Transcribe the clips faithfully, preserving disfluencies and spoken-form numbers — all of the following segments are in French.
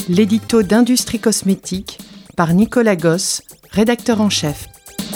l'édito d'Industrie Cosmétique par Nicolas Gosse, rédacteur en chef.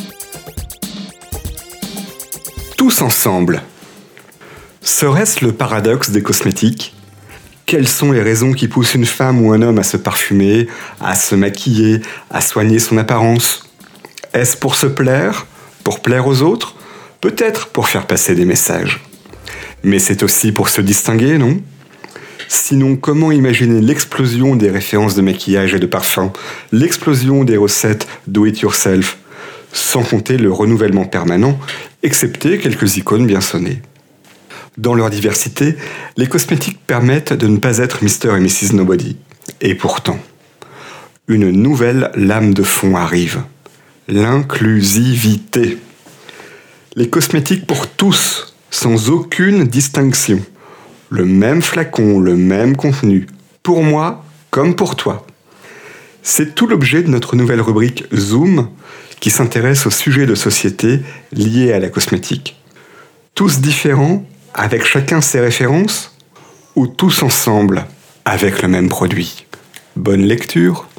Tous ensemble. Serait-ce le paradoxe des cosmétiques ? Quelles sont les raisons qui poussent une femme ou un homme à se parfumer, à se maquiller, à soigner son apparence ? Est-ce pour se plaire ? Pour plaire aux autres ? Peut-être pour faire passer des messages. Mais c'est aussi pour se distinguer, non ? Sinon, comment imaginer l'explosion des références de maquillage et de parfum, l'explosion des recettes do-it-yourself, sans compter le renouvellement permanent, excepté quelques icônes bien sonnées. Dans leur diversité, les cosmétiques permettent de ne pas être mister et missus Nobody. Et pourtant, une nouvelle lame de fond arrive. L'inclusivité. Les cosmétiques pour tous, sans aucune distinction. Le même flacon, le même contenu, pour moi comme pour toi. C'est tout l'objet de notre nouvelle rubrique Zoom qui s'intéresse aux sujets de société liés à la cosmétique. Tous différents, avec chacun ses références, ou tous ensemble, avec le même produit ? Bonne lecture.